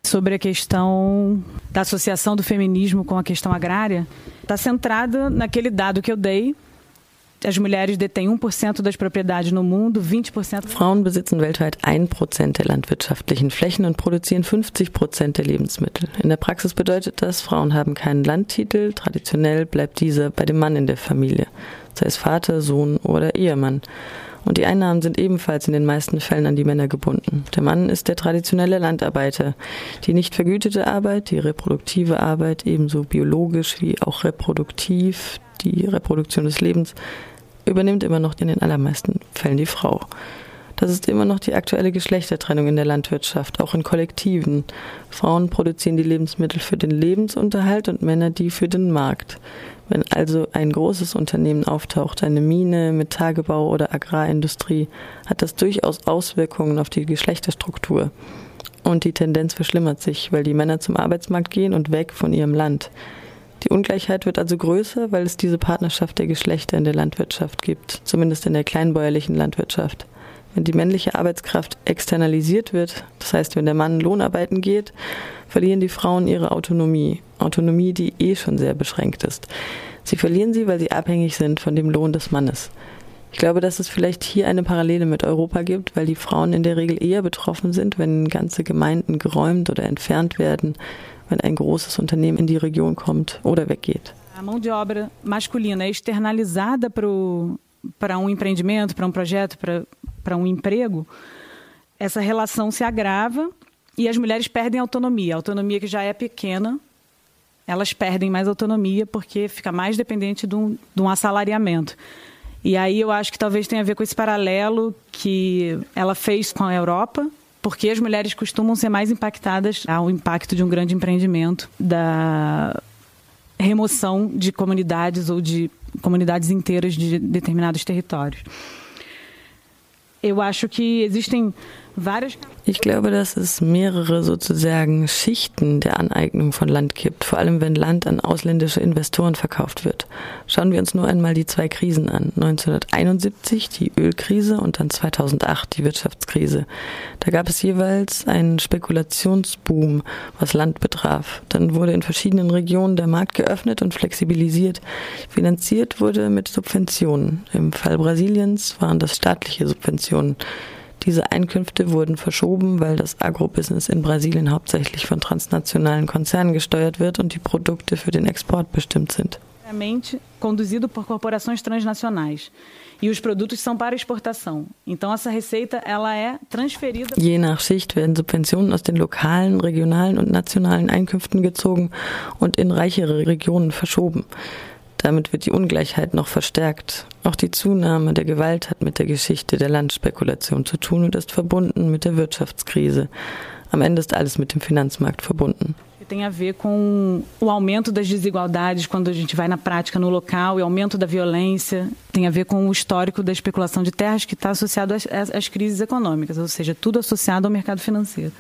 sobre a questão da associação do feminismo com a questão agrária, está centrada naquele dado que eu dei. As mulheres detêm 1% das propriedades no mundo, 20%. Frauen besitzen weltweit 1% der landwirtschaftlichen Flächen und produzieren 50% der Lebensmittel. In der Praxis bedeutet das, Frauen haben keinen Landtitel, traditionell bleibt dieser bei dem Mann in der Familie, sei es Vater, Sohn oder Ehemann. Und die Einnahmen sind ebenfalls in den meisten Fällen an die Männer gebunden. Der Mann ist der traditionelle Landarbeiter. Die nicht vergütete Arbeit, die reproduktive Arbeit, ebenso biologisch wie auch reproduktiv, die Reproduktion des Lebens, übernimmt immer noch in den allermeisten Fällen die Frau. Das ist immer noch die aktuelle Geschlechtertrennung in der Landwirtschaft, auch in Kollektiven. Frauen produzieren die Lebensmittel für den Lebensunterhalt und Männer die für den Markt. Wenn also ein großes Unternehmen auftaucht, eine Mine mit Tagebau oder Agrarindustrie, hat das durchaus Auswirkungen auf die Geschlechterstruktur. Und die Tendenz verschlimmert sich, weil die Männer zum Arbeitsmarkt gehen und weg von ihrem Land. Die Ungleichheit wird also größer, weil es diese Partnerschaft der Geschlechter in der Landwirtschaft gibt, zumindest in der kleinbäuerlichen Landwirtschaft. Wenn die männliche Arbeitskraft externalisiert wird, das heißt, wenn der Mann Lohnarbeiten geht, verlieren die Frauen ihre Autonomie. Autonomie, die schon sehr beschränkt ist. Sie verlieren sie, weil sie abhängig sind von dem Lohn des Mannes. Ich glaube, dass es vielleicht hier eine Parallele mit Europa gibt, weil die Frauen in der Regel eher betroffen sind, wenn ganze Gemeinden geräumt oder entfernt werden, wenn ein großes Unternehmen in die Region kommt oder weggeht. A mão de obra masculina é externalizada para empreendimento, para projeto, para emprego, essa relação se agrava e as mulheres perdem autonomia. A autonomia que já é pequena, elas perdem mais autonomia porque fica mais dependente de um assalariamento. E aí eu acho que talvez tenha a ver com esse paralelo que ela fez com a Europa, porque as mulheres costumam ser mais impactadas ao impacto de um grande empreendimento, da remoção de comunidades ou de comunidades inteiras de determinados territórios. Eu acho que existem várias... Ich glaube, dass es mehrere sozusagen Schichten der Aneignung von Land gibt, vor allem wenn Land an ausländische Investoren verkauft wird. Schauen wir uns nur einmal die zwei Krisen an. 1971 die Ölkrise und dann 2008 die Wirtschaftskrise. Da gab es jeweils einen Spekulationsboom, was Land betraf. Dann wurde in verschiedenen Regionen der Markt geöffnet und flexibilisiert. Finanziert wurde mit Subventionen. Im Fall Brasiliens waren das staatliche Subventionen. Diese Einkünfte wurden verschoben, weil das Agrobusiness in Brasilien hauptsächlich von transnationalen Konzernen gesteuert wird und die Produkte für den Export bestimmt sind. Conduzido por corporações transnacionais. E os produtos são para exportação. Então essa receita ela é transferida. Je nach Schicht werden Subventionen aus den lokalen, regionalen und nationalen Einkünften gezogen und in reichere Regionen verschoben. Damit wird die Ungleichheit noch verstärkt. Auch die Zunahme der Gewalt hat mit der Geschichte der Landspekulation zu tun und ist verbunden mit der Wirtschaftskrise. Am Ende ist alles mit dem Finanzmarkt verbunden. Tem a ver com o aumento das desigualdades quando a gente vai na prática no local e aumento da violência. Tem a ver com o histórico da especulação de terras que está associado às crises econômicas, ou seja, tudo associado ao mercado financeiro.